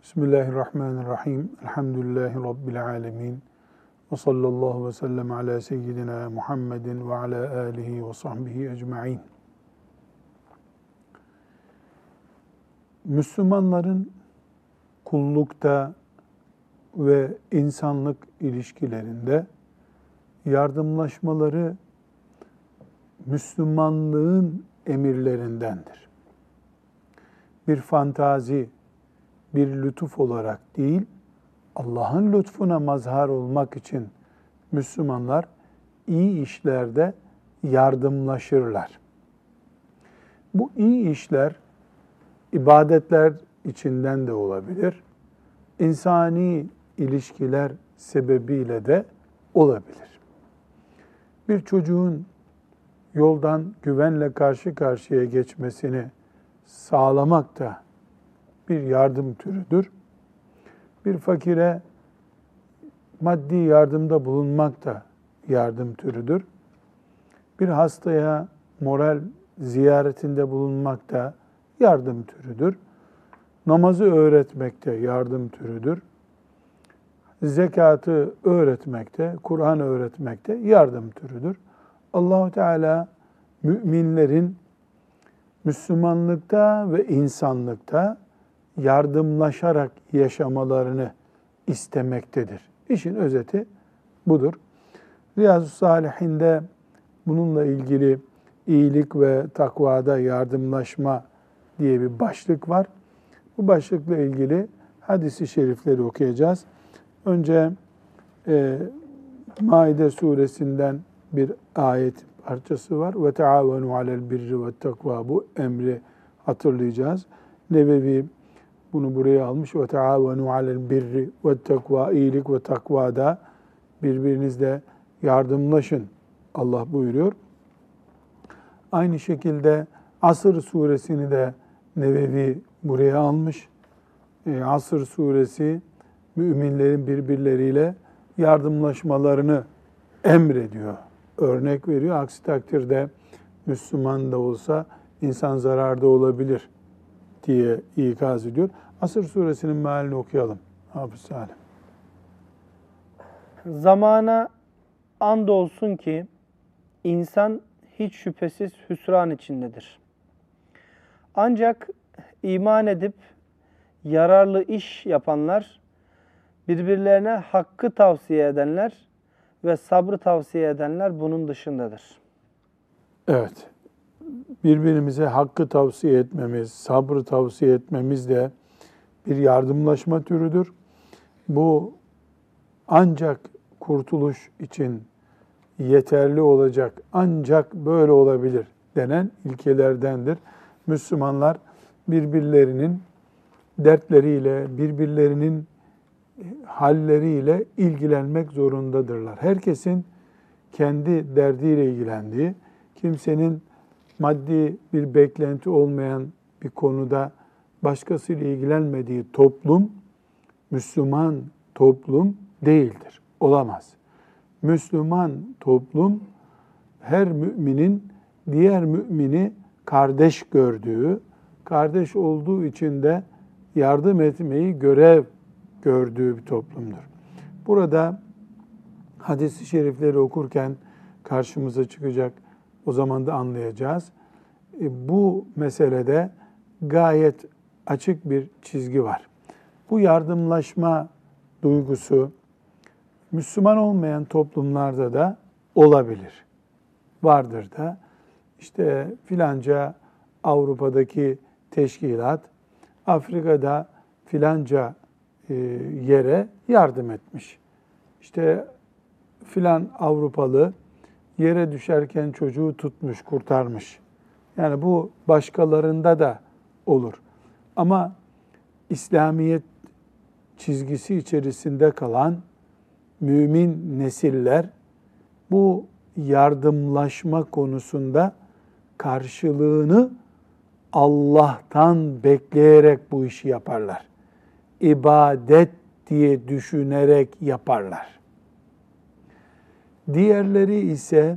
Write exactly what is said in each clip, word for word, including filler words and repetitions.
Bismillahirrahmanirrahim. Elhamdülillahi Rabbil alemin. Ve sallallahu ve sellem ala seyyidina Muhammedin ve ala alihi ve sahbihi ecma'in. Müslümanların kullukta ve insanlık ilişkilerinde yardımlaşmaları Müslümanlığın emirlerindendir. Bir fantazi, bir lütuf olarak değil, Allah'ın lütfuna mazhar olmak için Müslümanlar iyi işlerde yardımlaşırlar. Bu iyi işler ibadetler içinden de olabilir, insani ilişkiler sebebiyle de olabilir. Bir çocuğun yoldan güvenle karşı karşıya geçmesini sağlamak da bir yardım türüdür. Bir fakire maddi yardımda bulunmak da yardım türüdür. Bir hastaya moral ziyaretinde bulunmak da yardım türüdür. Namazı öğretmek de yardım türüdür. Zekatı öğretmek de, Kur'an öğretmek de yardım türüdür. Allah-u Teala müminlerin Müslümanlıkta ve insanlıkta yardımlaşarak yaşamalarını istemektedir. İşin özeti budur. Riyazu Salihinde bununla ilgili iyilik ve takvada yardımlaşma diye bir başlık var. Bu başlıkla ilgili hadis-i şerifleri okuyacağız. Önce e, Maide suresinden bir ayet parçası var. Ve taavenu alel birri ve takva, bu emri hatırlayacağız. Nevevi bunu buraya almış. Ve taavenu alel birri ve takva, iyilik ve takvada birbirinizle yardımlaşın Allah buyuruyor. Aynı şekilde Asr suresini de Nevevi buraya almış. E, Asr suresi müminlerin birbirleriyle yardımlaşmalarını emrediyor, örnek veriyor. Aksi takdirde Müslüman da olsa insan zararda olabilir diye ikaz ediyor. Asr suresinin mealini okuyalım. Hafız Salim. Zamana andolsun ki insan hiç şüphesiz hüsran içindedir. Ancak iman edip yararlı iş yapanlar, birbirlerine hakkı tavsiye edenler ve sabrı tavsiye edenler bunun dışındadır. Evet, birbirimize hakkı tavsiye etmemiz, sabrı tavsiye etmemiz de bir yardımlaşma türüdür. Bu ancak kurtuluş için yeterli olacak, ancak böyle olabilir denen ilkelerdendir. Müslümanlar birbirlerinin dertleriyle, birbirlerinin halleriyle ilgilenmek zorundadırlar. Herkesin kendi derdiyle ilgilendiği, kimsenin maddi bir beklenti olmayan bir konuda başkasıyla ilgilenmediği toplum, Müslüman toplum değildir, olamaz. Müslüman toplum, her müminin diğer mümini kardeş gördüğü, kardeş olduğu için de yardım etmeyi görev gördüğü bir toplumdur. Burada hadis-i şerifleri okurken karşımıza çıkacak, o zaman da anlayacağız. E, bu meselede gayet açık bir çizgi var. Bu yardımlaşma duygusu Müslüman olmayan toplumlarda da olabilir. Vardır da. İşte filanca Avrupa'daki teşkilat, Afrika'da filanca e, yere yardım etmiş. İşte filan Avrupalı yere düşerken çocuğu tutmuş, kurtarmış. Yani bu başkalarında da olur. Ama İslamiyet çizgisi içerisinde kalan mümin nesiller bu yardımlaşma konusunda karşılığını Allah'tan bekleyerek bu işi yaparlar. İbadet diye düşünerek yaparlar. Diğerleri ise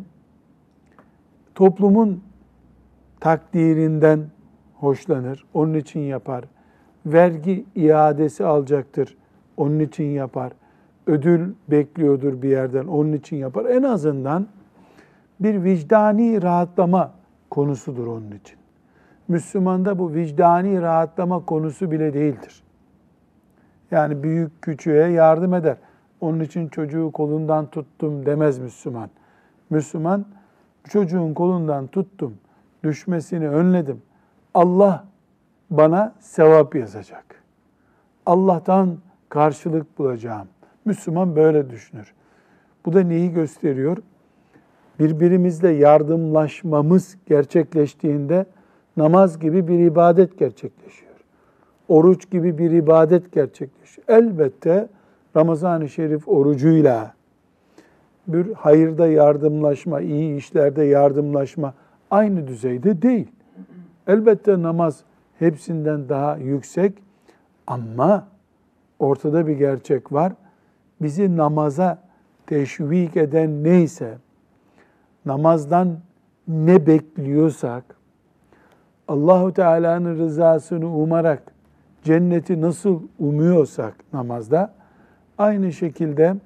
toplumun takdirinden hoşlanır, onun için yapar vergi iadesi alacaktır, onun için yapar. Ödül bekliyordur bir yerden, onun için yapar. En azından bir vicdani rahatlama konusudur onun için. Müslümanda bu vicdani rahatlama konusu bile değildir. Yani büyük küçüğe yardım eder. Onun için çocuğu kolundan tuttum demez Müslüman. Müslüman, çocuğun kolundan tuttum, düşmesini önledim. Allah bana sevap yazacak. Allah'tan karşılık bulacağım. Müslüman böyle düşünür. Bu da neyi gösteriyor? Birbirimizle yardımlaşmamız gerçekleştiğinde namaz gibi bir ibadet gerçekleşiyor. Oruç gibi bir ibadet gerçekleşiyor. Elbette Ramazan-ı Şerif orucuyla bir hayırda yardımlaşma, iyi işlerde yardımlaşma aynı düzeyde değil. Elbette namaz hepsinden daha yüksek ama ortada bir gerçek var. Bizi namaza teşvik eden neyse, namazdan ne bekliyorsak, Allahu Teala'nın rızasını umarak cenneti nasıl umuyorsak namazda, aynı şekilde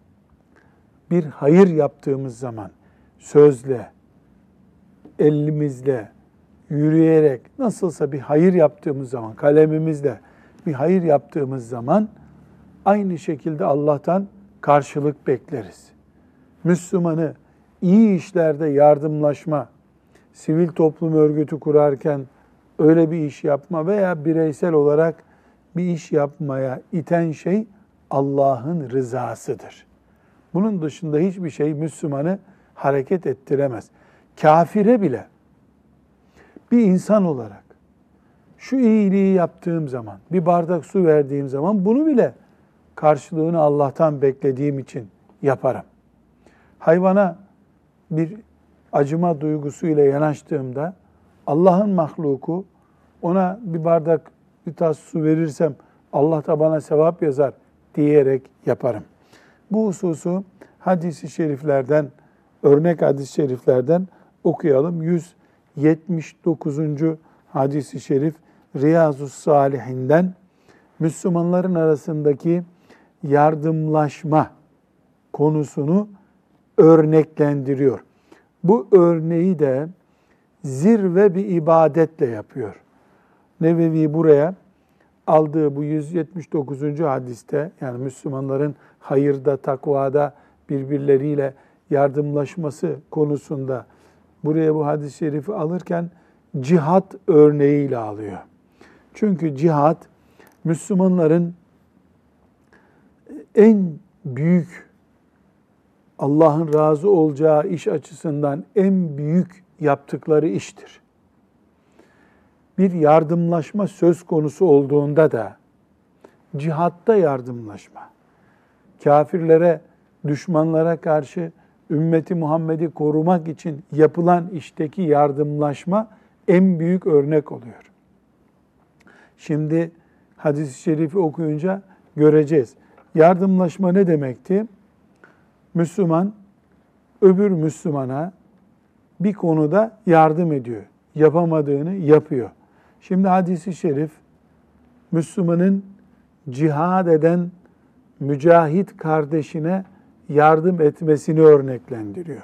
bir hayır yaptığımız zaman sözle, elimizle, yürüyerek, nasılsa bir hayır yaptığımız zaman, kalemimizle bir hayır yaptığımız zaman aynı şekilde Allah'tan karşılık bekleriz. Müslümanı iyi işlerde yardımlaşma, sivil toplum örgütü kurarken öyle bir iş yapma veya bireysel olarak bir iş yapmaya iten şey Allah'ın rızasıdır. Bunun dışında hiçbir şey Müslümanı hareket ettiremez. Kafire bile bir insan olarak şu iyiliği yaptığım zaman, bir bardak su verdiğim zaman bunu bile karşılığını Allah'tan beklediğim için yaparım. Hayvana bir acıma duygusuyla yanaştığımda Allah'ın mahluku, ona bir bardak, bir tas su verirsem Allah da bana sevap yazar diyerek yaparım. Bu hususu hadis-i şeriflerden, örnek hadis-i şeriflerden okuyalım. yüz yetmiş dokuzuncu hadis-i şerif Riyazus Salihinden Müslümanların arasındaki yardımlaşma konusunu örneklendiriyor. Bu örneği de zirve bir ibadetle yapıyor. Nevevi buraya aldığı bu yüz yetmiş dokuzuncu hadiste, yani Müslümanların hayırda, takvada birbirleriyle yardımlaşması konusunda buraya bu hadis-i şerifi alırken cihat örneğiyle alıyor. Çünkü cihat Müslümanların en büyük, Allah'ın razı olacağı iş açısından en büyük yaptıkları iştir. Bir yardımlaşma söz konusu olduğunda da cihatta yardımlaşma, kafirlere, düşmanlara karşı ümmeti Muhammed'i korumak için yapılan işteki yardımlaşma en büyük örnek oluyor. Şimdi hadis-i şerifi okuyunca göreceğiz. Yardımlaşma ne demekti? Müslüman öbür Müslümana bir konuda yardım ediyor. Yapamadığını yapıyor. Şimdi hadis-i şerif Müslümanın cihad eden mücahit kardeşine yardım etmesini örneklendiriyor.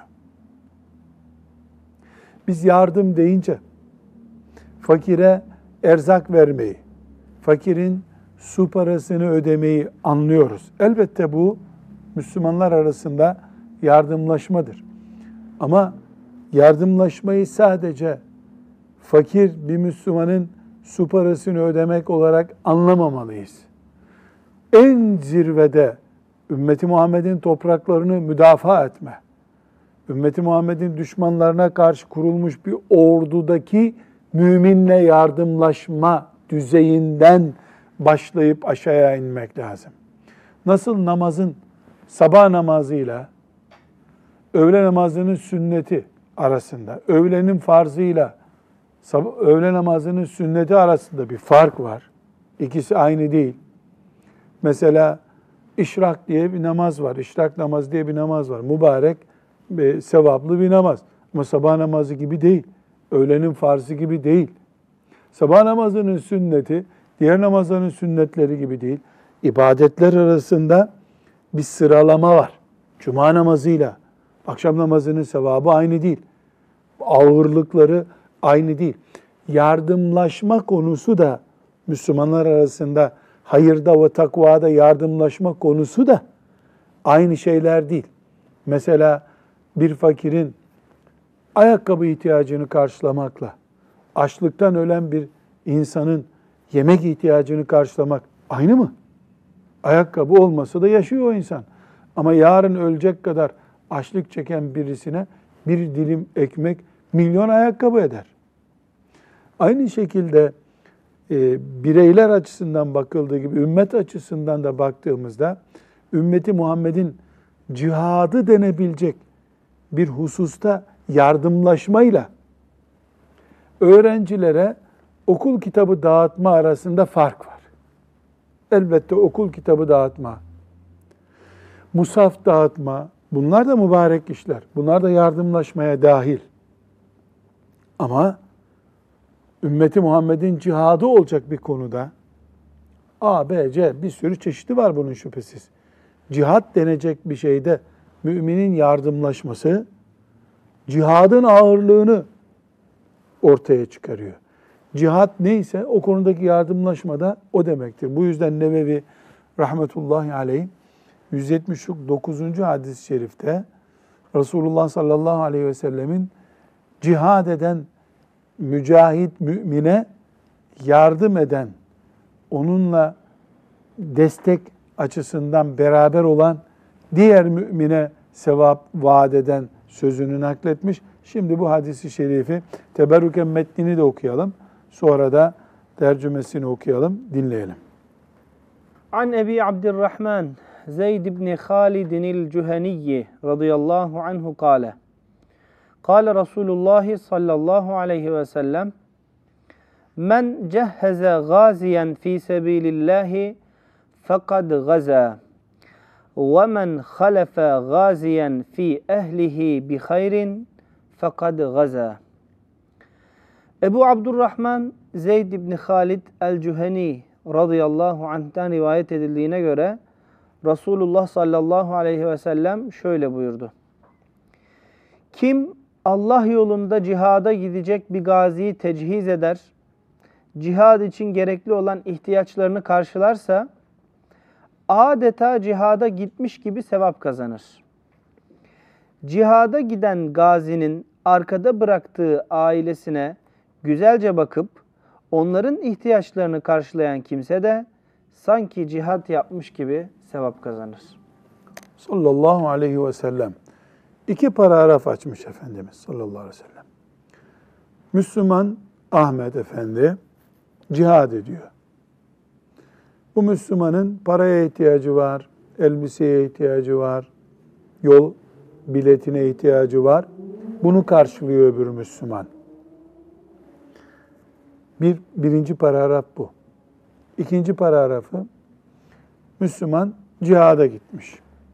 Biz yardım deyince fakire erzak vermeyi, fakirin su parasını ödemeyi anlıyoruz. Elbette bu Müslümanlar arasında yardımlaşmadır. Ama yardımlaşmayı sadece fakir bir Müslümanın su parasını ödemek olarak anlamamalıyız. En zirvede ümmeti Muhammed'in topraklarını müdafaa etme, ümmeti Muhammed'in düşmanlarına karşı kurulmuş bir ordudaki müminle yardımlaşma düzeyinden başlayıp aşağıya inmek lazım. Nasıl namazın sabah namazıyla öğle namazının sünneti arasında, öğlenin farzıyla öğle namazının sünneti arasında bir fark var. İkisi aynı değil. Mesela işrak diye bir namaz var. İşrak namazı diye bir namaz var. Mübarek, sevaplı bir namaz. Ama sabah namazı gibi değil. Öğlenin farzı gibi değil. Sabah namazının sünneti diğer namazların sünnetleri gibi değil. İbadetler arasında bir sıralama var. Cuma namazıyla akşam namazının sevabı aynı değil. Ağırlıkları aynı değil. Yardımlaşma konusu da Müslümanlar arasında hayırda ve takvada yardımlaşma konusu da aynı şeyler değil. Mesela bir fakirin ayakkabı ihtiyacını karşılamakla açlıktan ölen bir insanın yemek ihtiyacını karşılamak aynı mı? Ayakkabı olmasa da yaşıyor o insan. Ama yarın ölecek kadar açlık çeken birisine bir dilim ekmek milyon ayakkabı eder. Aynı şekilde e, bireyler açısından bakıldığı gibi ümmet açısından da baktığımızda ümmeti Muhammed'in cihadı denebilecek bir hususta yardımlaşmayla öğrencilere okul kitabı dağıtma arasında fark var. Elbette okul kitabı dağıtma, musaf dağıtma, bunlar da mübarek işler. Bunlar da yardımlaşmaya dahil. Ama ümmeti Muhammed'in cihadı olacak bir konuda A, B, C bir sürü çeşidi var bunun şüphesiz. Cihat denecek bir şeyde müminin yardımlaşması cihadın ağırlığını ortaya çıkarıyor. Cihat neyse o konudaki yardımlaşma da o demektir. Bu yüzden Nevevi rahmetullahi aleyh yüz yetmiş dokuzuncu hadis-i şerifte Resulullah sallallahu aleyhi ve sellemin cihad eden mücahit mümine yardım eden, onunla destek açısından beraber olan diğer mümine sevap vaat eden sözünü nakletmiş. Şimdi bu hadisi şerifi teberrüken metnini de okuyalım. Sonra da tercümesini okuyalım, dinleyelim. An Ebi Abdurrahman Zeyd ibn Halid'il Cüheniyyi radıyallahu anhu kâle. Kâle Resulullah sallallahu aleyhi ve sellem Men cehheze gâziyen fî sebîlillâhi fekad gazâ ve men halefe gâziyen fî ehlihi bi hayrin fekad gazâ. Ebu Abdurrahman Zeyd ibn Halid el-Cüheni radıyallahu anh'ten rivayet edildiğine göre Resulullah sallallahu aleyhi ve sellem şöyle buyurdu. Kim Allah yolunda cihada gidecek bir gaziyi tecihiz eder, cihad için gerekli olan ihtiyaçlarını karşılarsa, adeta cihada gitmiş gibi sevap kazanır. Cihada giden gazinin arkada bıraktığı ailesine güzelce bakıp, onların ihtiyaçlarını karşılayan kimse de sanki cihat yapmış gibi sevap kazanır. Sallallahu aleyhi ve sellem. İki paragraf açmış Efendimiz sallallahu aleyhi ve sellem. Müslüman Ahmet Efendi cihad ediyor. Bu Müslümanın paraya ihtiyacı var, elbiseye ihtiyacı var, yol biletine ihtiyacı var. Bunu karşılıyor öbür Müslüman. Bir, birinci paragraf bu. İkinci paragrafı, Müslüman cihada gitmiş.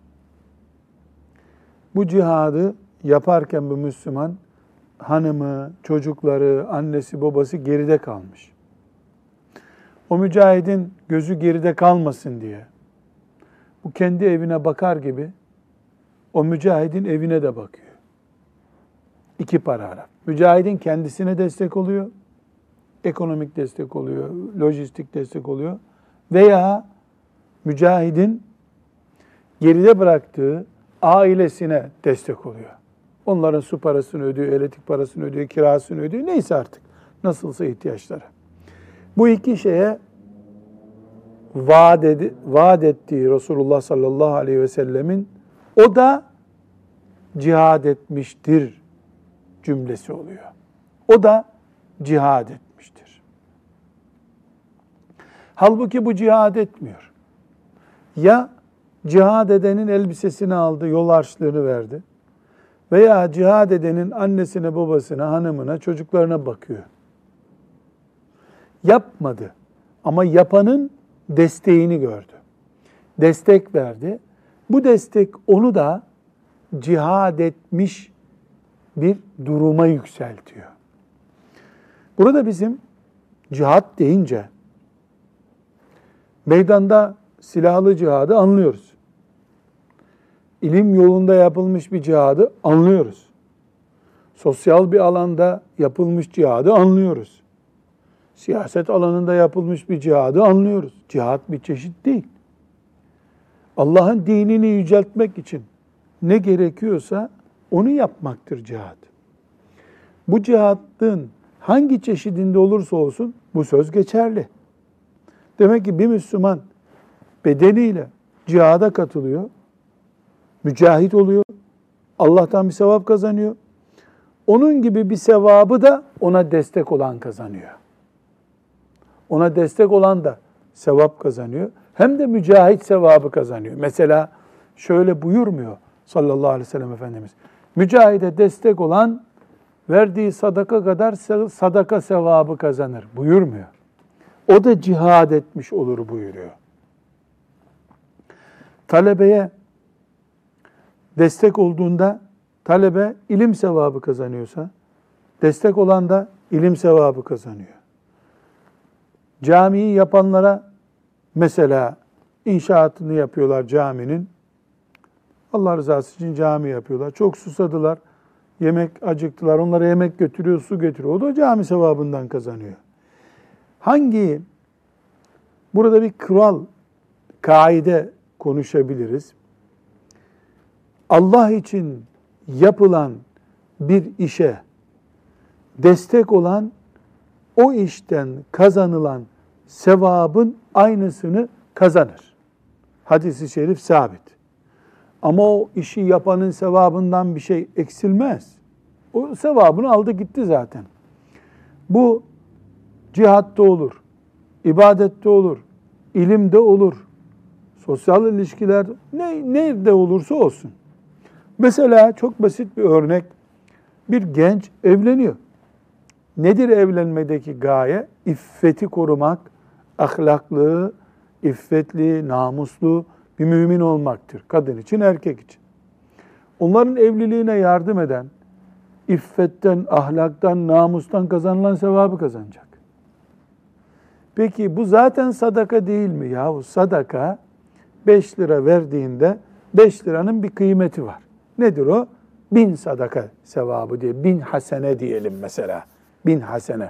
Bu cihadı yaparken bu Müslüman, hanımı, çocukları, annesi, babası geride kalmış. O mücahidin gözü geride kalmasın diye, bu kendi evine bakar gibi, o mücahidin evine de bakıyor. İki paragraf. Mücahidin kendisine destek oluyor, ekonomik destek oluyor, lojistik destek oluyor veya mücahidin geride bıraktığı ailesine destek oluyor. Onların su parasını ödüyor, elektrik parasını ödüyor, kirasını ödüyor, neyse artık nasılsa ihtiyaçları. Bu iki şeye vaat, edi, vaat ettiği Resulullah sallallahu aleyhi ve sellemin o da cihad etmiştir cümlesi oluyor. O da cihad etmiştir. Halbuki bu cihad etmiyor. Ya cihad edenin elbisesini aldı, yol harçlığını verdi veya cihad edenin annesine, babasına, hanımına, çocuklarına bakıyor. Yapmadı ama yapanın desteğini gördü. Destek verdi. Bu destek onu da cihad etmiş bir duruma yükseltiyor. Burada bizim cihat deyince Meydanda silahlı cihadı anlıyoruz. İlim yolunda yapılmış bir cihadı anlıyoruz. Sosyal bir alanda yapılmış cihadı anlıyoruz. Siyaset alanında yapılmış bir cihadı anlıyoruz. Cihad bir çeşit değil. Allah'ın dinini yüceltmek için ne gerekiyorsa onu yapmaktır cihad. Bu cihadın hangi çeşidinde olursa olsun bu söz geçerli. Demek ki bir Müslüman bedeniyle cihada katılıyor, mücahit oluyor, Allah'tan bir sevap kazanıyor. Onun gibi bir sevabı da ona destek olan kazanıyor. Ona destek olan da sevap kazanıyor. Hem de mücahit sevabı kazanıyor. Mesela şöyle buyurmuyor sallallahu aleyhi ve sellem Efendimiz. Mücahide destek olan verdiği sadaka kadar sadaka sevabı kazanır buyurmuyor. O da cihad etmiş olur buyuruyor. Talebeye destek olduğunda talebe ilim sevabı kazanıyorsa, destek olan da ilim sevabı kazanıyor. Camiyi yapanlara mesela inşaatını yapıyorlar caminin. Allah rızası için cami yapıyorlar. Çok susadılar, yemek acıktılar. Onlara yemek götürüyor, su getiriyor. O da cami sevabından kazanıyor. Hangi, burada bir kural, kaide konuşabiliriz. Allah için yapılan bir işe destek olan, o işten kazanılan sevabın aynısını kazanır. Hadis-i şerif sabit. Ama o işi yapanın sevabından bir şey eksilmez. O sevabını aldı gitti zaten. Bu cihatta olur, ibadette olur, ilimde olur, sosyal ilişkiler ne, nerede olursa olsun. Mesela çok basit bir örnek, bir genç evleniyor. Nedir evlenmedeki gaye? İffeti korumak, ahlaklı, iffetli, namuslu bir mümin olmaktır. Kadın için, erkek için. Onların evliliğine yardım eden, iffetten, ahlaktan, namustan kazanılan sevabı kazanacak. Peki bu zaten sadaka değil mi? Yahu sadaka beş lira verdiğinde beş liranın bir kıymeti var. Nedir o? Bin sadaka sevabı diye, bin hasene diyelim mesela. Bin hasene.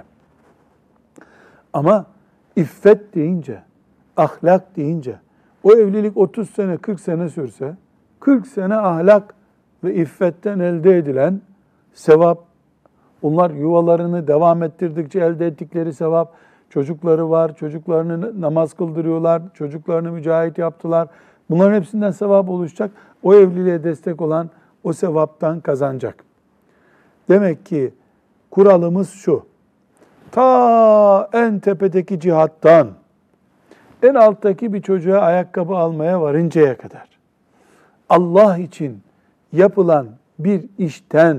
Ama iffet deyince, ahlak deyince, o evlilik otuz sene, kırk sene sürse, kırk sene ahlak ve iffetten elde edilen sevap, onlar yuvalarını devam ettirdikçe elde ettikleri sevap, çocukları var, çocuklarını namaz kıldırıyorlar, çocuklarını mücahit yaptılar. Bunların hepsinden sevap oluşacak. O evliliğe destek olan o sevaptan kazanacak. Demek ki kuralımız şu, ta en tepedeki cihattan, en alttaki bir çocuğa ayakkabı almaya varıncaya kadar, Allah için yapılan bir işten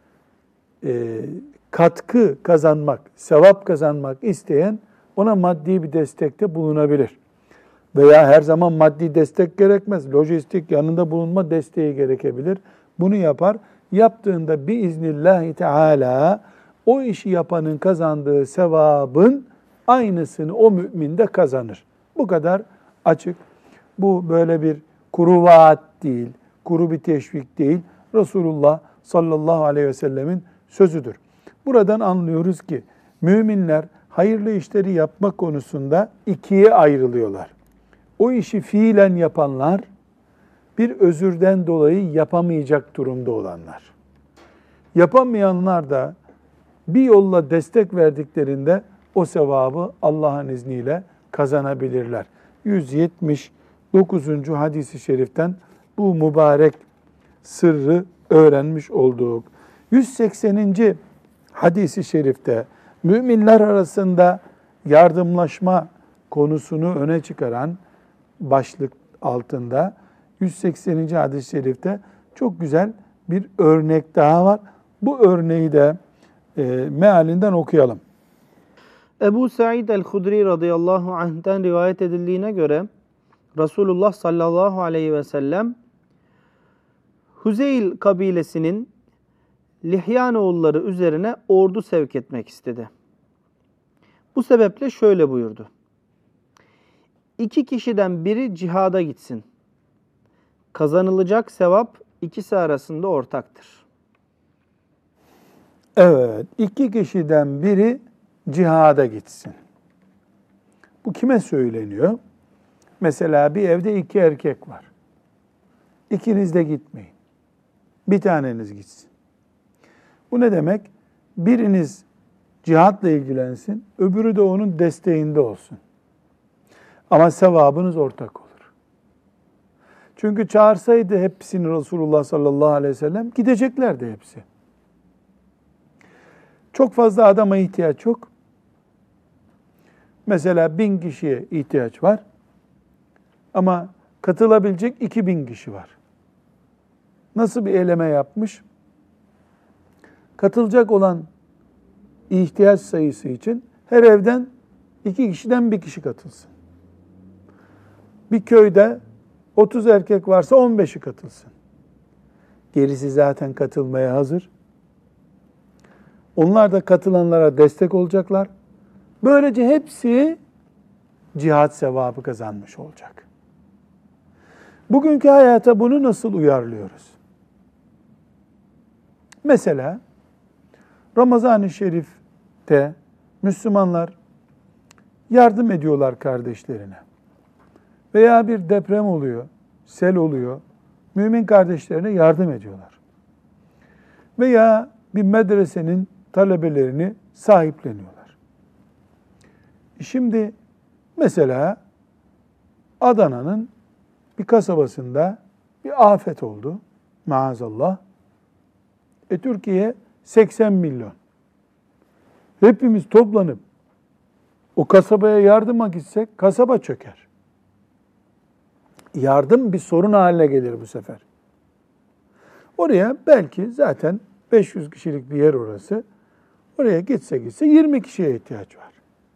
e, katkı kazanmak, sevap kazanmak isteyen ona maddi bir destekte bulunabilir. Veya her zaman maddi destek gerekmez. Lojistik yanında bulunma desteği gerekebilir. Bunu yapar. Yaptığında biiznillahü teala o işi yapanın kazandığı sevabın aynısını o mümin de kazanır. Bu kadar açık. Bu böyle bir kuru vaat değil, kuru bir teşvik değil. Resulullah sallallahu aleyhi ve sellemin sözüdür. Buradan anlıyoruz ki müminler hayırlı işleri yapmak konusunda ikiye ayrılıyorlar. O işi fiilen yapanlar, bir özürden dolayı yapamayacak durumda olanlar. Yapamayanlar da bir yolla destek verdiklerinde o sevabı Allah'ın izniyle kazanabilirler. yüz yetmiş dokuzuncu hadis-i şeriften bu mübarek sırrı öğrenmiş olduk. yüz sekseninci hadis-i şerifte müminler arasında yardımlaşma konusunu öne çıkaran başlık altında yüz sekseninci hadis-i şerifte çok güzel bir örnek daha var. Bu örneği de e, mealinden okuyalım. Ebu Said el-Hudri radıyallahu anh'ten rivayet edildiğine göre Resulullah sallallahu aleyhi ve sellem Huzeyl kabilesinin Lihyanoğulları üzerine ordu sevk etmek istedi. Bu sebeple şöyle buyurdu. İki kişiden biri cihada gitsin. Kazanılacak sevap ikisi arasında ortaktır. Evet, iki kişiden biri cihada gitsin. Bu kime söyleniyor? Mesela bir evde iki erkek var. İkiniz de gitmeyin. Bir taneniz gitsin. Bu ne demek? Biriniz cihatla ilgilensin, öbürü de onun desteğinde olsun. Ama sevabınız ortak olur. Çünkü çağırsaydı hepsini Resulullah sallallahu aleyhi ve sellem gideceklerdi hepsi. Çok fazla adama ihtiyaç yok. Mesela bin kişiye ihtiyaç var. Ama katılabilecek iki bin kişi var. Nasıl bir eleme yapmış? Katılacak olan ihtiyaç sayısı için her evden iki kişiden bir kişi katılsın. Bir köyde otuz erkek varsa on beşi katılsın. Gerisi zaten katılmaya hazır. Onlar da katılanlara destek olacaklar. Böylece hepsi cihat sevabı kazanmış olacak. Bugünkü hayata bunu nasıl uyarlıyoruz? Mesela Ramazan-ı Şerif'te Müslümanlar yardım ediyorlar kardeşlerine. Veya bir deprem oluyor, sel oluyor. Mümin kardeşlerine yardım ediyorlar. Veya bir medresenin talebelerini sahipleniyorlar. Şimdi mesela Adana'nın bir kasabasında bir afet oldu maazallah. E Türkiye seksen milyon. Hepimiz toplanıp o kasabaya yardıma gitsek kasaba çöker. Yardım bir sorun haline gelir bu sefer. Oraya belki zaten beş yüz kişilik bir yer orası. Oraya gitse gitse yirmi kişiye ihtiyaç var.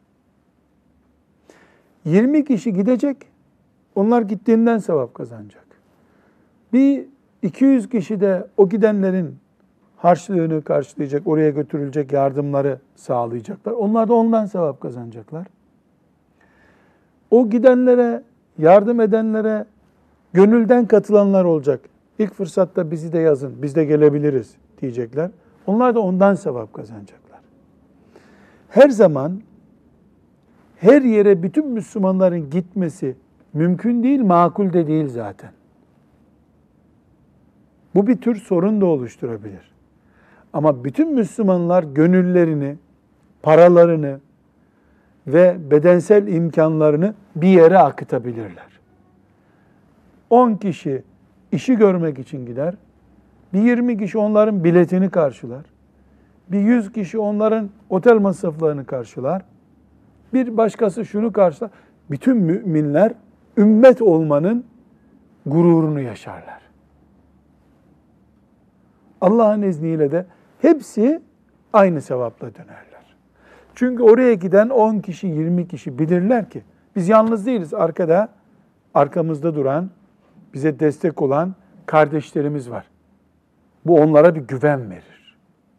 yirmi kişi gidecek, onlar gittiğinden sevap kazanacak. Bir iki yüz kişi de o gidenlerin harçlığını karşılayacak, oraya götürülecek yardımları sağlayacaklar. Onlar da ondan sevap kazanacaklar. O gidenlere, yardım edenlere gönülden katılanlar olacak. İlk fırsatta bizi de yazın, biz de gelebiliriz diyecekler. Onlar da ondan sevap kazanacaklar. Her zaman her yere bütün Müslümanların gitmesi mümkün değil, makul de değil zaten. Bu bir tür sorun da oluşturabilir. Ama bütün Müslümanlar gönüllerini, paralarını ve bedensel imkanlarını bir yere akıtabilirler. on kişi işi görmek için gider, bir yirmi kişi onların biletini karşılar, bir yüz kişi onların otel masraflarını karşılar, bir başkası şunu karşılar. Bütün müminler ümmet olmanın gururunu yaşarlar. Allah'ın izniyle de hepsi aynı sevapla dönerler. Çünkü oraya giden on kişi, yirmi kişi bilirler ki biz yalnız değiliz. Arkada, arkamızda duran, bize destek olan kardeşlerimiz var. Bu onlara bir güven verir.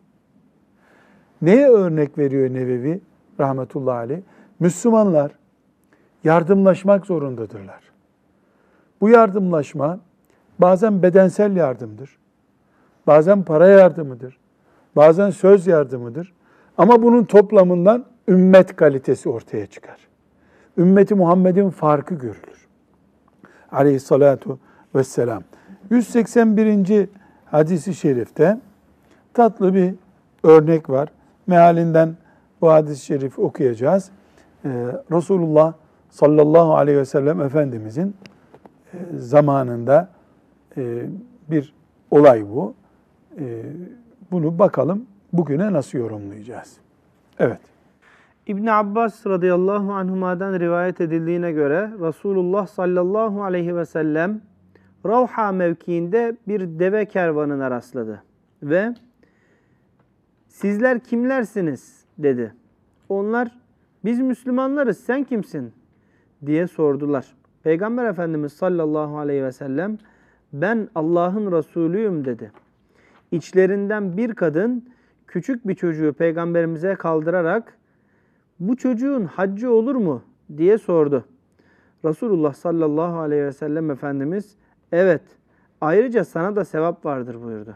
Neye örnek veriyor Nevevi rahmetullahi aleyh? Müslümanlar yardımlaşmak zorundadırlar. Bu yardımlaşma bazen bedensel yardımdır, bazen para yardımıdır, bazen söz yardımıdır. Ama bunun toplamından ümmet kalitesi ortaya çıkar. Ümmeti Muhammed'in farkı görülür. Aleyhissalatu vesselam. yüz seksen birinci hadisi şerifte tatlı bir örnek var. Mealinden bu hadis-i şerifi okuyacağız. Ee, Resulullah sallallahu aleyhi ve sellem Efendimizin e, zamanında e, bir olay bu. E, bunu bakalım bugüne nasıl yorumlayacağız? Evet. İbn Abbas radıyallahu anhuma'dan rivayet edildiğine göre Resulullah sallallahu aleyhi ve sellem Ravha mevkiinde bir deve kervanına rastladı ve "Sizler kimlersiniz?" dedi. Onlar "Biz Müslümanlarız, sen kimsin?" diye sordular. Peygamber Efendimiz sallallahu aleyhi ve sellem "Ben Allah'ın Resulüyüm" dedi. İçlerinden bir kadın küçük bir çocuğu peygamberimize kaldırarak "Bu çocuğun haccı olur mu?" diye sordu. Resulullah sallallahu aleyhi ve sellem Efendimiz evet ayrıca sana da sevap vardır buyurdu.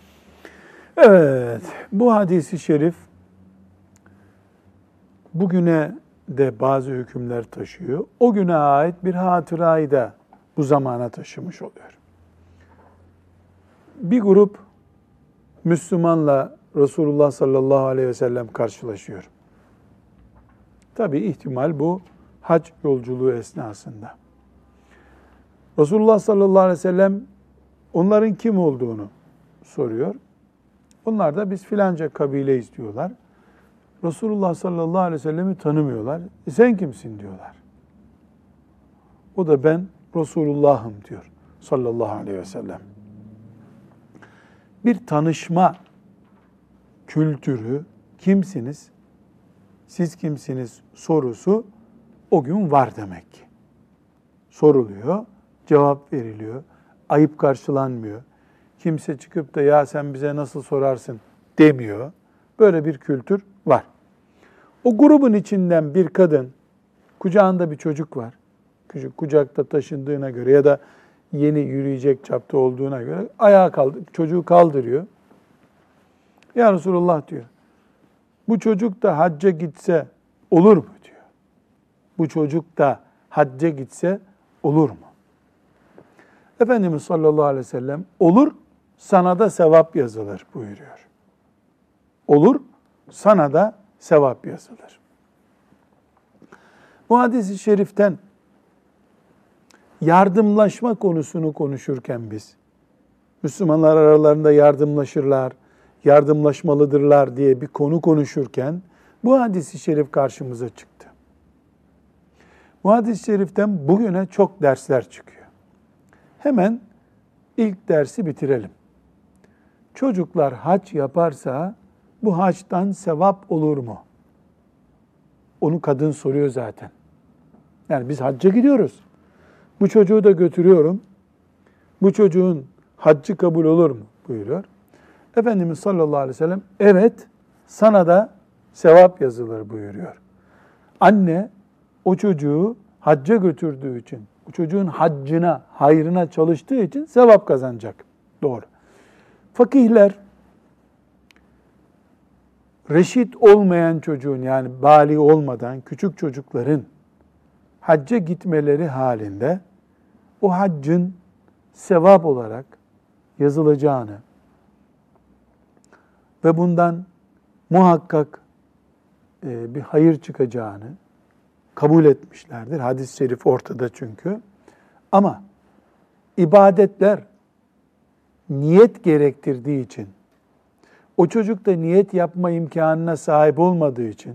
Evet, bu hadisi şerif bugüne de bazı hükümler taşıyor. O güne ait bir hatırayı da bu zamana taşımış oluyor. Bir grup Müslümanla Resulullah sallallahu aleyhi ve sellem karşılaşıyor. Tabii ihtimal bu hac yolculuğu esnasında. Resulullah sallallahu aleyhi ve sellem onların kim olduğunu soruyor. Onlar da biz filanca kabileyiz diyorlar. Resulullah sallallahu aleyhi ve sellem'i tanımıyorlar. E sen kimsin diyorlar. O da ben Resulullah'ım diyor sallallahu aleyhi ve sellem. Bir tanışma kültürü, kimsiniz, siz kimsiniz sorusu o gün var demek ki. Soruluyor, cevap veriliyor, ayıp karşılanmıyor. Kimse çıkıp da ya sen bize nasıl sorarsın demiyor. Böyle bir kültür var. O grubun içinden bir kadın, kucağında bir çocuk var. Küçük kucakta taşındığına göre ya da yeni yürüyecek çapta olduğuna göre ayağa kaldır, çocuğu kaldırıyor. Ya Resulullah diyor, bu çocuk da hacca gitse olur mu diyor. Bu çocuk da hacca gitse olur mu? Efendimiz sallallahu aleyhi ve sellem olur, sana da sevap yazılır buyuruyor. Olur, sana da sevap yazılır. Bu hadis-i şeriften yardımlaşma konusunu konuşurken biz, Müslümanlar aralarında yardımlaşırlar, yardımlaşmalıdırlar diye bir konu konuşurken bu hadis-i şerif karşımıza çıktı. Bu hadis-i şeriften bugüne çok dersler çıkıyor. Hemen ilk dersi bitirelim. Çocuklar hac yaparsa bu haçtan sevap olur mu? Onu kadın soruyor zaten. Yani biz hacca gidiyoruz. Bu çocuğu da götürüyorum. Bu çocuğun haccı kabul olur mu? Buyuruyor. Efendimiz sallallahu aleyhi ve sellem evet sana da sevap yazılır buyuruyor. Anne o çocuğu hacca götürdüğü için, o çocuğun haccına, hayrına çalıştığı için sevap kazanacak. Doğru. Fakihler reşit olmayan çocuğun yani bali olmadan küçük çocukların hacca gitmeleri halinde o haccın sevap olarak yazılacağını ve bundan muhakkak e, bir hayır çıkacağını kabul etmişlerdir. Hadis-i şerif ortada çünkü. Ama ibadetler niyet gerektirdiği için, o çocuk da niyet yapma imkanına sahip olmadığı için,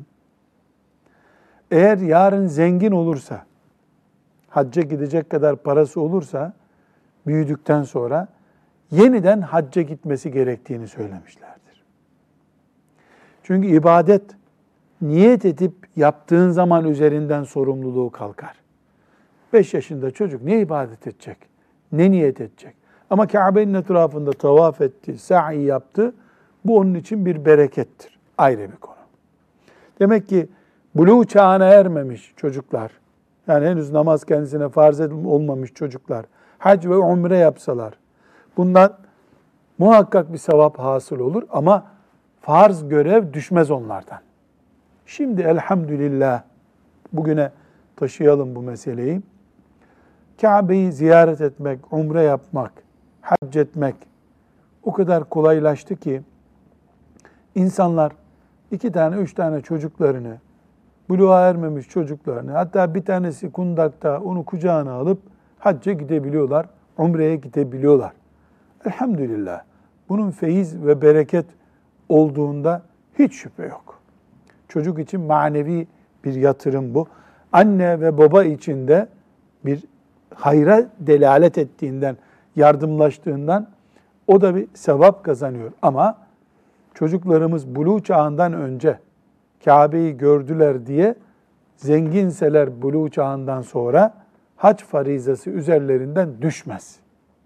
eğer yarın zengin olursa, hacca gidecek kadar parası olursa, büyüdükten sonra yeniden hacca gitmesi gerektiğini söylemişlerdir. Çünkü ibadet, niyet edip yaptığın zaman üzerinden sorumluluğu kalkar. Beş yaşında çocuk ne ibadet edecek, ne niyet edecek? Ama Kabe'nin etrafında tavaf etti, sa'i yaptı, bu onun için bir berekettir. Ayrı bir konu. Demek ki buluğ çağına ermemiş çocuklar, yani henüz namaz kendisine farz olmamış çocuklar, hac ve umre yapsalar, bundan muhakkak bir sevap hasıl olur ama farz görev düşmez onlardan. Şimdi elhamdülillah bugüne taşıyalım bu meseleyi. Kabe'yi ziyaret etmek, umre yapmak, hac etmek o kadar kolaylaştı ki insanlar iki tane, üç tane çocuklarını, buluğa ermemiş çocuklarını, hatta bir tanesi kundakta onu kucağına alıp hacca gidebiliyorlar, umreye gidebiliyorlar. Elhamdülillah. Bunun feyiz ve bereket olduğunda hiç şüphe yok. Çocuk için manevi bir yatırım bu. Anne ve baba için de bir hayra delalet ettiğinden, yardımlaştığından o da bir sevap kazanıyor. Ama çocuklarımız buluğ çağından önce Kabe'yi gördüler diye zenginseler buluğ çağından sonra hac farizası üzerlerinden düşmez.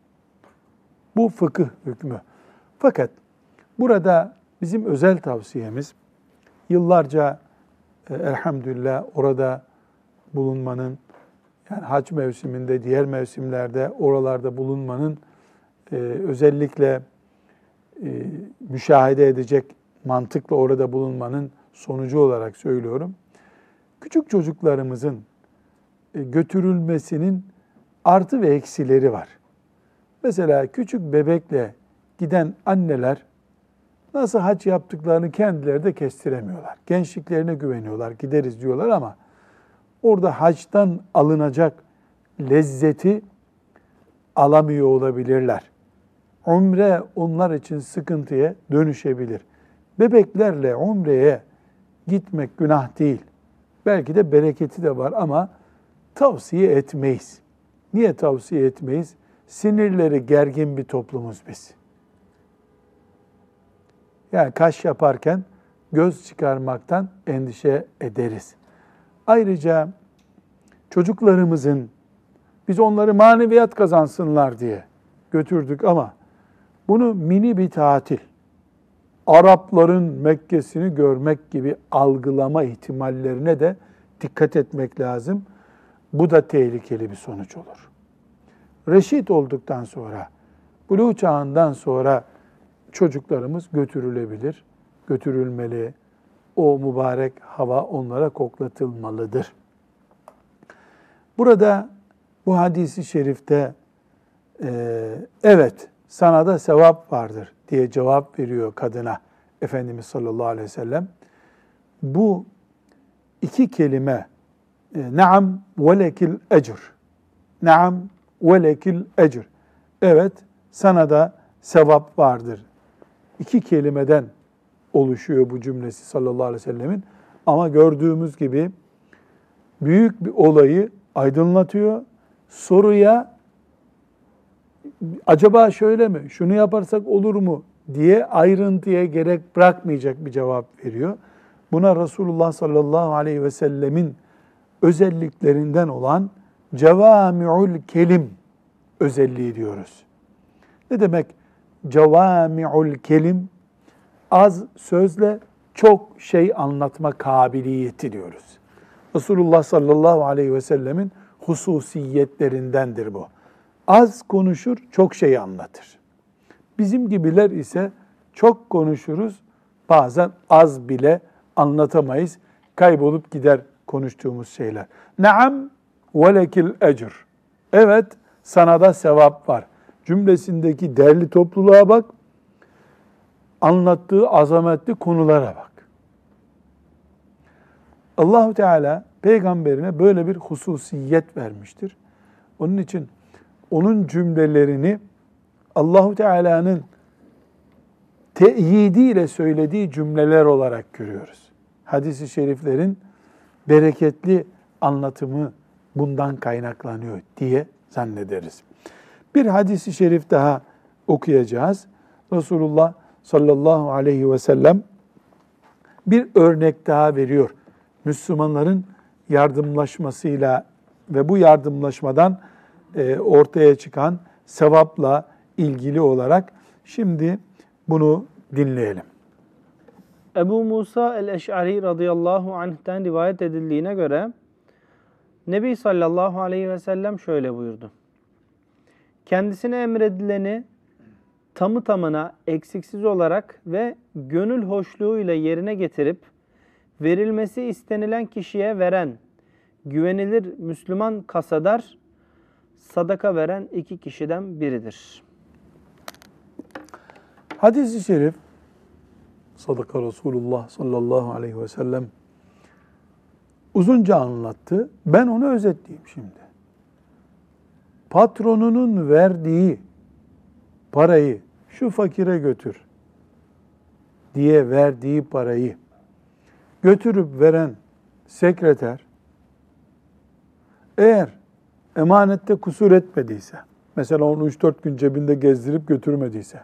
Bu fıkıh hükmü. Fakat burada bizim özel tavsiyemiz yıllarca e, elhamdülillah orada bulunmanın Yani hac mevsiminde, diğer mevsimlerde oralarda bulunmanın e, özellikle e, müşahede edecek mantıkla orada bulunmanın sonucu olarak söylüyorum. Küçük çocuklarımızın e, götürülmesinin artı ve eksileri var. Mesela küçük bebekle giden anneler nasıl hac yaptıklarını kendileri de kestiremiyorlar. Gençliklerine güveniyorlar, gideriz diyorlar ama orada hacdan alınacak lezzeti alamıyor olabilirler. Umre onlar için sıkıntıya dönüşebilir. Bebeklerle umreye gitmek günah değil. Belki de bereketi de var ama tavsiye etmeyiz. Niye tavsiye etmeyiz? Sinirleri gergin bir toplumuz biz. Yani kaş yaparken göz çıkarmaktan endişe ederiz. Ayrıca çocuklarımızın biz onları maneviyat kazansınlar diye götürdük ama bunu mini bir tatil, Arapların Mekke'sini görmek gibi algılama ihtimallerine de dikkat etmek lazım. Bu da tehlikeli bir sonuç olur. Reşit olduktan sonra, buluğ çağından sonra çocuklarımız götürülebilir, götürülmeli. O mübarek hava onlara koklatılmalıdır. Burada bu hadisi şerifte e, evet sana da sevap vardır diye cevap veriyor kadına Efendimiz sallallahu aleyhi ve sellem. Bu iki kelime e, naam ve lekil ecr. Naam ve lekil ecr. Evet sana da sevap vardır. İki kelimeden oluşuyor bu cümlesi sallallahu aleyhi ve sellemin. Ama gördüğümüz gibi büyük bir olayı aydınlatıyor. Soruya acaba şöyle mi, şunu yaparsak olur mu diye ayrıntıya gerek bırakmayacak bir cevap veriyor. Buna Resulullah sallallahu aleyhi ve sellemin özelliklerinden olan cevami'ul kelim özelliği diyoruz. Ne demek cevami'ul kelim? Az sözle çok şey anlatma kabiliyeti diyoruz. Resulullah sallallahu aleyhi ve sellemin hususiyetlerindendir bu. Az konuşur, çok şey anlatır. Bizim gibiler ise çok konuşuruz, bazen az bile anlatamayız. Kaybolup gider konuştuğumuz şeyler. Naam ve lekil ecr. Evet, sana da sevap var. Cümlesindeki derli topluluğa bak, anlattığı azametli konulara bak. Allah-u Teala peygamberine böyle bir hususiyet vermiştir. Onun için onun cümlelerini Allah-u Teala'nın teyidiyle söylediği cümleler olarak görüyoruz. Hadis-i şeriflerin bereketli anlatımı bundan kaynaklanıyor diye zannederiz. Bir hadis-i şerif daha okuyacağız. Resulullah sallallahu aleyhi ve sellem bir örnek daha veriyor. Müslümanların yardımlaşmasıyla ve bu yardımlaşmadan ortaya çıkan sevapla ilgili olarak şimdi bunu dinleyelim. Ebu Musa el-Eş'ari radıyallahu anh'ten rivayet edildiğine göre Nebi sallallahu aleyhi ve sellem şöyle buyurdu. Kendisine emredileni tamı tamına eksiksiz olarak ve gönül hoşluğuyla yerine getirip verilmesi istenilen kişiye veren güvenilir Müslüman kasadar sadaka veren iki kişiden biridir. Hadis-i şerif Sadaka Resulullah sallallahu aleyhi ve sellem uzunca anlattı. Ben onu özetleyeyim şimdi. Patronunun verdiği parayı şu fakire götür diye verdiği parayı götürüp veren sekreter eğer emanette kusur etmediyse, mesela onu üç dört gün cebinde gezdirip götürmediyse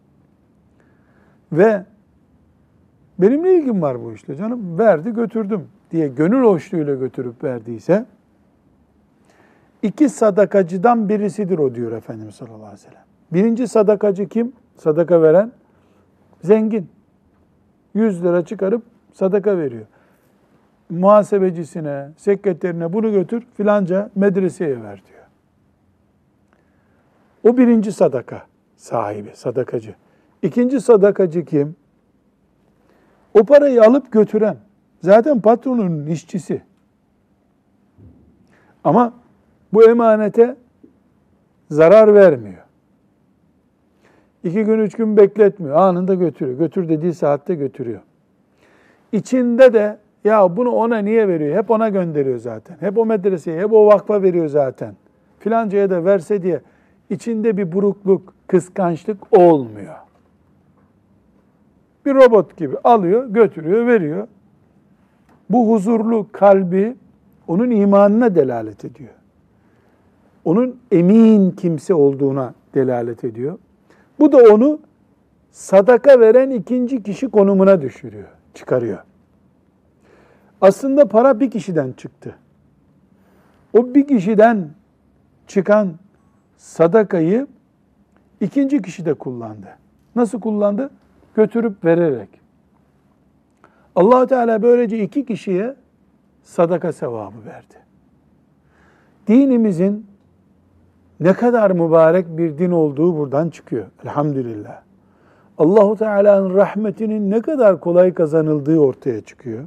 ve benim ne ilgim var bu işle canım, verdi götürdüm diye gönül hoşluğuyla götürüp verdiyse, iki sadakacıdan birisidir o diyor Efendimiz sallallahu aleyhi ve sellem. Birinci sadakacı kim? Sadaka veren zengin. yüz lira çıkarıp sadaka veriyor. muhasebecisine, sekreterine bunu götür filanca medreseye ver diyor. O birinci sadaka sahibi, sadakacı. İkinci sadakacı kim? O parayı alıp götüren, zaten patronun işçisi. Ama bu emanete zarar vermiyor. İki gün, üç gün bekletmiyor. Anında götürüyor. Götür dediği saatte götürüyor. İçinde de ya bunu ona niye veriyor? Hep ona gönderiyor zaten. Hep o medreseye, hep o vakfa veriyor zaten. Filancaya da verse diye içinde bir burukluk, kıskançlık olmuyor. Bir robot gibi alıyor, götürüyor, veriyor. Bu huzurlu kalbi onun imanına delalet ediyor. Onun emin kimse olduğuna delalet ediyor. Bu da onu sadaka veren ikinci kişi konumuna düşürüyor, çıkarıyor. Aslında para bir kişiden çıktı. O bir kişiden çıkan sadakayı ikinci kişi de kullandı. Nasıl kullandı? Götürüp vererek. Allah Teala böylece iki kişiye sadaka sevabı verdi. Dinimizin ne kadar mübarek bir din olduğu buradan çıkıyor. Elhamdülillah. Allah-u Teala'nın rahmetinin ne kadar kolay kazanıldığı ortaya çıkıyor.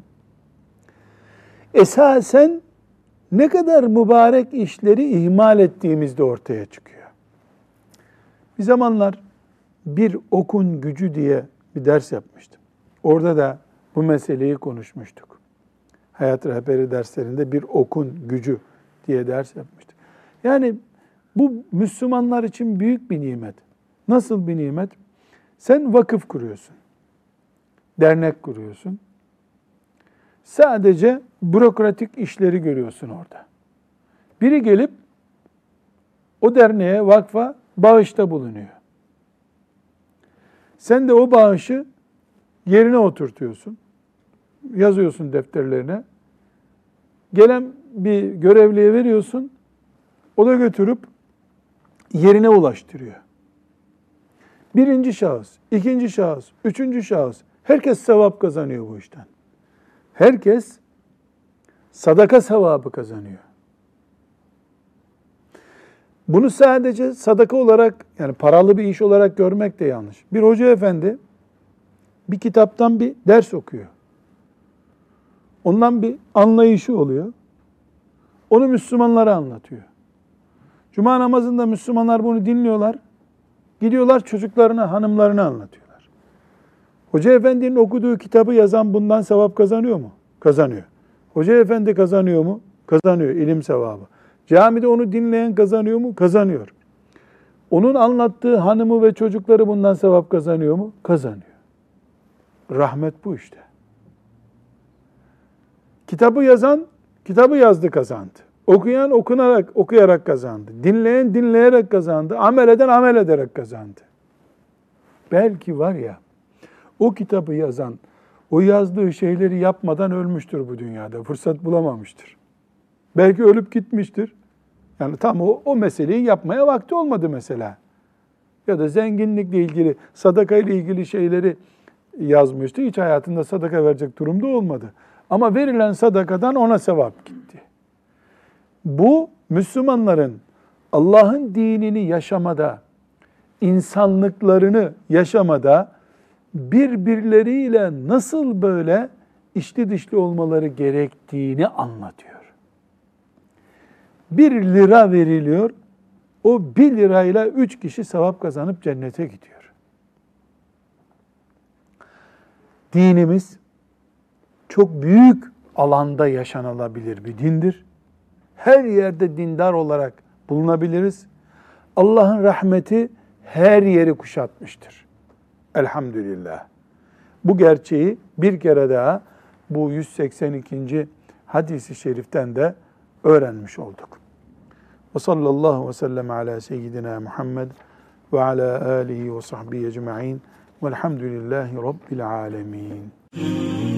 Esasen ne kadar mübarek işleri ihmal ettiğimizde ortaya çıkıyor. Bir zamanlar bir okun gücü diye bir ders yapmıştım. Orada da bu meseleyi konuşmuştuk. Hayat rehberi derslerinde bir okun gücü diye ders yapmıştık. Yani bu Müslümanlar için büyük bir nimet. Nasıl bir nimet? Sen vakıf kuruyorsun. Dernek kuruyorsun. Sadece bürokratik işleri görüyorsun orada. Biri gelip o derneğe, vakfa bağışta bulunuyor. Sen de o bağışı yerine oturtuyorsun. Yazıyorsun defterlerine. Gelen bir görevliye veriyorsun. O da götürüp yerine ulaştırıyor. Birinci şahıs, ikinci şahıs, üçüncü şahıs. Herkes sevap kazanıyor bu işten. Herkes sadaka sevabı kazanıyor. Bunu sadece sadaka olarak, yani paralı bir iş olarak görmek de yanlış. Bir hoca efendi bir kitaptan bir ders okuyor. Ondan bir anlayışı oluyor. Onu Müslümanlara anlatıyor. Cuma namazında Müslümanlar bunu dinliyorlar. Gidiyorlar çocuklarına, hanımlarına anlatıyorlar. Hoca efendinin okuduğu kitabı yazan bundan sevap kazanıyor mu? Kazanıyor. Hoca efendi kazanıyor mu? Kazanıyor, ilim sevabı. Camide onu dinleyen kazanıyor mu? Kazanıyor. Onun anlattığı hanımı ve çocukları bundan sevap kazanıyor mu? Kazanıyor. Rahmet bu işte. Kitabı yazan, kitabı yazdı kazandı. Okuyan okunarak, okuyarak kazandı. Dinleyen dinleyerek kazandı. Amel eden amel ederek kazandı. Belki var ya, o kitabı yazan, o yazdığı şeyleri yapmadan ölmüştür bu dünyada. Fırsat bulamamıştır. Belki ölüp gitmiştir. Yani tam o, o meseleyi yapmaya vakti olmadı mesela. Ya da zenginlikle ilgili, sadaka ile ilgili şeyleri yazmıştı. Hiç hayatında sadaka verecek durumda olmadı. Ama verilen sadakadan ona sevap gitti. Bu Müslümanların Allah'ın dinini yaşamada, insanlıklarını yaşamada birbirleriyle nasıl böyle içli dışlı olmaları gerektiğini anlatıyor. Bir lira veriliyor, o bir lirayla üç kişi sevap kazanıp cennete gidiyor. Dinimiz çok büyük alanda yaşanılabilir bir dindir. Her yerde dindar olarak bulunabiliriz. Allah'ın rahmeti her yeri kuşatmıştır. Elhamdülillah. Bu gerçeği bir kere daha bu yüz seksen ikinci hadis-i şeriften de öğrenmiş olduk. Ve sallallahu ve sellem ala seyyidina Muhammed ve ala alihi ve sahbihi ecma'in velhamdülillahi rabbil alemin.